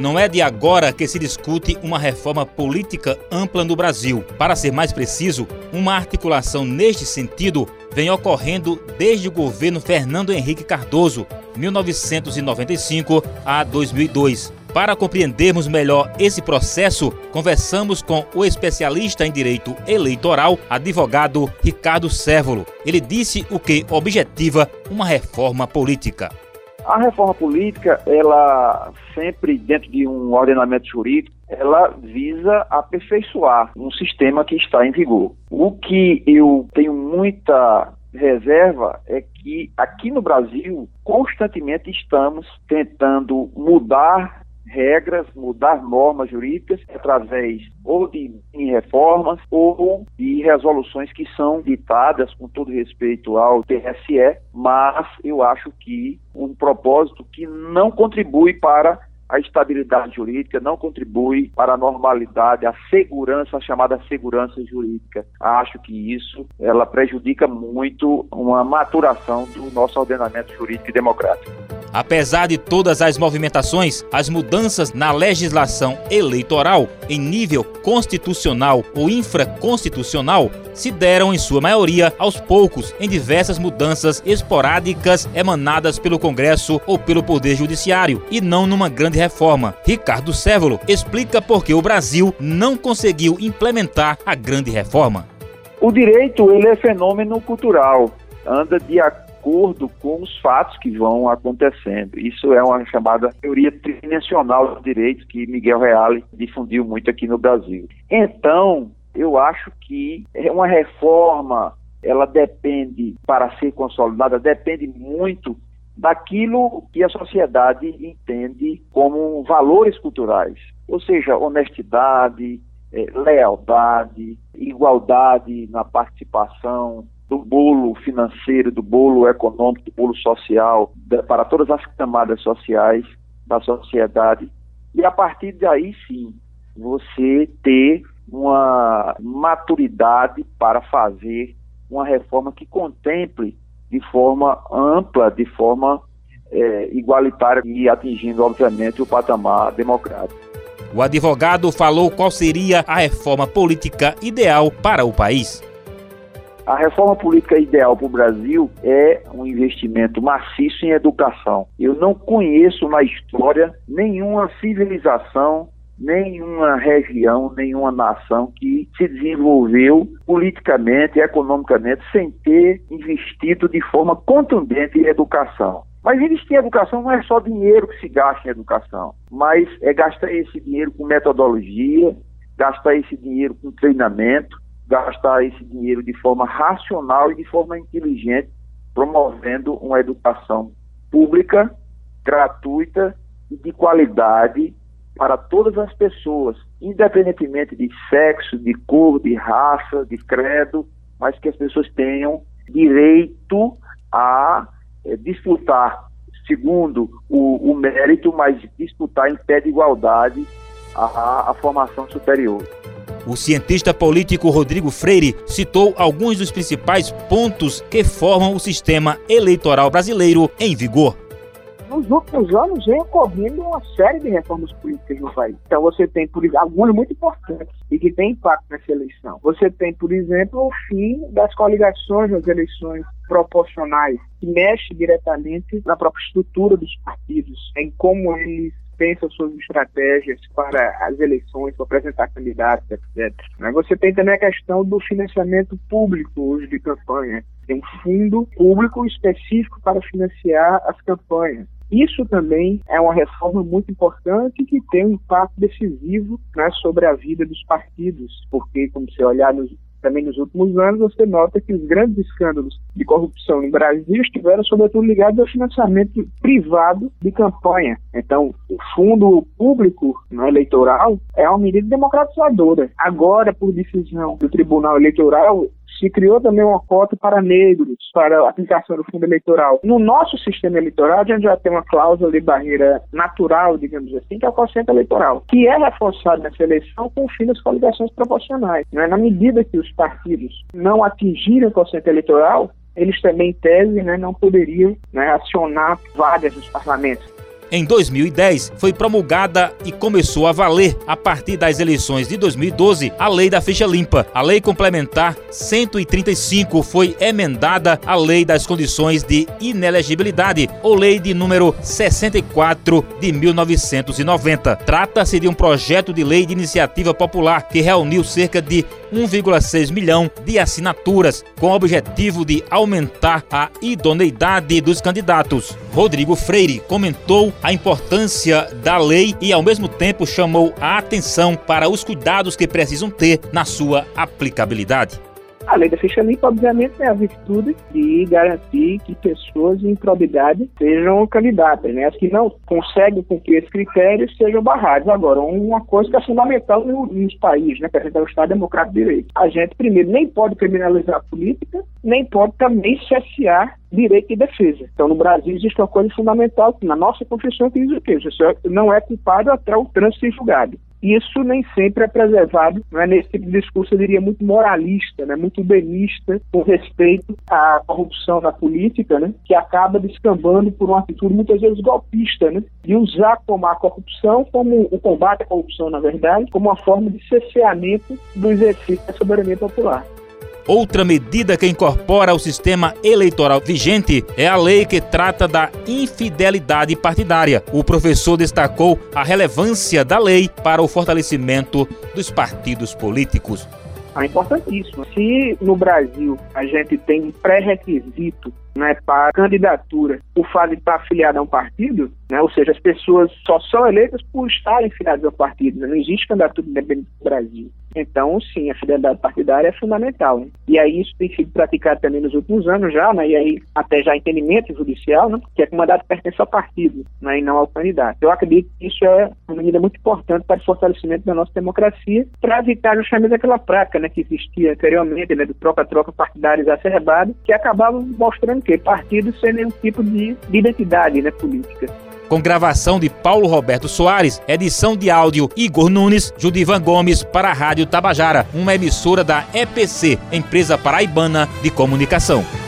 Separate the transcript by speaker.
Speaker 1: não é de agora que se discute uma reforma política ampla no Brasil. Para ser mais preciso, uma articulação neste sentido vem ocorrendo desde o governo Fernando Henrique Cardoso, 1995 a 2002. Para compreendermos melhor esse processo, conversamos com o especialista em direito eleitoral, advogado Ricardo Cérvolo. Ele disse o que objetiva uma reforma política.
Speaker 2: A reforma política, ela sempre, dentro de um ordenamento jurídico, ela visa aperfeiçoar um sistema que está em vigor. O que eu tenho muita reserva é que aqui no Brasil, constantemente estamos tentando mudar regras, mudar normas jurídicas através ou de reformas ou de resoluções que são ditadas com todo respeito ao TSE, mas eu acho que um propósito que não contribui para a estabilidade jurídica, não contribui para a normalidade, a segurança, a chamada segurança jurídica. Acho que isso, ela prejudica muito uma maturação do nosso ordenamento jurídico e democrático.
Speaker 1: Apesar de todas as movimentações, as mudanças na legislação eleitoral em nível constitucional ou infraconstitucional se deram, em sua maioria, aos poucos, em diversas mudanças esporádicas emanadas pelo Congresso ou pelo Poder Judiciário, e não numa grande reforma. Ricardo Cérvolo explica por que o Brasil não conseguiu implementar a grande reforma.
Speaker 2: O direito, ele é fenômeno cultural, anda de acordo com os fatos que vão acontecendo. Isso é uma chamada teoria tridimensional do direito que Miguel Reale difundiu muito aqui no Brasil. Então, eu acho que uma reforma, ela depende, para ser consolidada, depende muito daquilo que a sociedade entende como valores culturais, ou seja, honestidade, lealdade, igualdade na participação do bolo financeiro, do bolo econômico, do bolo social, para todas as camadas sociais da sociedade. E a partir daí, sim, você ter uma maturidade para fazer uma reforma que contemple de forma ampla, de forma igualitária e atingindo, obviamente, o patamar democrático.
Speaker 1: O advogado falou qual seria a reforma política ideal para o país.
Speaker 2: A reforma política ideal para o Brasil é um investimento maciço em educação. Eu não conheço na história nenhuma civilização, nenhuma região, nenhuma nação que se desenvolveu politicamente e economicamente sem ter investido de forma contundente em educação. Mas investir em educação não é só dinheiro que se gasta em educação, mas é gastar esse dinheiro com metodologia, gastar esse dinheiro com treinamento, gastar esse dinheiro de forma racional e de forma inteligente, promovendo uma educação pública, gratuita e de qualidade para todas as pessoas, independentemente de sexo, de cor, de raça, de credo, mas que as pessoas tenham direito a disputar, segundo o mérito, mas disputar em pé de igualdade a formação superior.
Speaker 1: O cientista político Rodrigo Freire citou alguns dos principais pontos que formam o sistema eleitoral brasileiro em vigor.
Speaker 3: Nos últimos anos vem ocorrendo uma série de reformas políticas no país. Então você tem, por exemplo, algumas muito importantes e que têm impacto nessa eleição. Você tem, por exemplo, o fim das coligações nas eleições proporcionais, que mexe diretamente na própria estrutura dos partidos, em como eles pensam suas estratégias para as eleições, para apresentar candidatos, etc. Você tem também a questão do financiamento público hoje de campanha. Tem um fundo público específico para financiar as campanhas. Isso também é uma reforma muito importante que tem um impacto decisivo, sobre a vida dos partidos, porque, como você olhar também nos últimos anos, você nota que os grandes escândalos de corrupção no Brasil estiveram, sobretudo, ligados ao financiamento privado de campanha. Então, o fundo público eleitoral é uma medida democratizadora. Agora, por decisão do Tribunal Eleitoral, se criou também uma cota para negros, para a aplicação do fundo eleitoral. No nosso sistema eleitoral, a gente já tem uma cláusula de barreira natural, digamos assim, que é o quociente eleitoral, que é reforçado nessa eleição com o fim das coligações proporcionais. Na medida que os partidos não atingirem o quociente eleitoral, eles também, em tese, não poderiam acionar vagas nos parlamentos.
Speaker 1: Em 2010, foi promulgada e começou a valer, a partir das eleições de 2012, a Lei da Ficha Limpa. A Lei Complementar 135 foi emendada à Lei das Condições de Inelegibilidade, ou Lei de número 64 de 1990. Trata-se de um projeto de lei de iniciativa popular que reuniu cerca de 1,6 milhão de assinaturas, com o objetivo de aumentar a idoneidade dos candidatos. Rodrigo Freire comentou a importância da lei e, ao mesmo tempo, chamou a atenção para os cuidados que precisam ter na sua aplicabilidade.
Speaker 3: A lei da ficha limpa, obviamente, é a virtude de garantir que pessoas de improbidade sejam candidatas, né? As que não conseguem cumprir esses critérios sejam barradas. Agora, uma coisa que é fundamental nos países, né? Que é o Estado Democrático de Direito. A gente, primeiro, nem pode criminalizar a política, nem pode também cessear direito e defesa. Então, no Brasil, existe uma coisa fundamental que na nossa Constituição diz o quê? Você não é culpado até o trânsito em julgado. Isso nem sempre é preservado, não é? Nesse tipo de discurso, eu diria, muito moralista, né? Muito benista com respeito à corrupção na política, né? Que acaba descambando por uma atitude muitas vezes golpista, né? De usar como a corrupção, como o combate à corrupção, na verdade, como uma forma de cesseamento do exercício da soberania popular.
Speaker 1: Outra medida que incorpora ao sistema eleitoral vigente é a lei que trata da infidelidade partidária. O professor destacou a relevância da lei para o fortalecimento dos partidos políticos.
Speaker 3: É importantíssimo. Se no Brasil a gente tem um pré-requisito, né, para a candidatura, o fato de estar afiliado a um partido, né, ou seja, as pessoas só são eleitas por estarem afiliadas a um partido, né, não existe candidatura independente no Brasil. Então, sim, a fidelidade partidária é fundamental, né? E aí isso tem sido praticado também nos últimos anos já, né? E aí até já entendimento judicial, né? Que é que o mandato pertence ao partido, né? E não ao candidato. Eu acredito que isso é uma medida muito importante para o fortalecimento da nossa democracia, para evitar justamente aquela prática, né, que existia anteriormente, né, do troca-troca partidário exacerbado, que acabava mostrando que partidos sem nenhum tipo de identidade, né, política.
Speaker 1: Com gravação de Paulo Roberto Soares, edição de áudio Igor Nunes, Judivan Gomes para a Rádio Tabajara, uma emissora da EPC, Empresa Paraibana de Comunicação.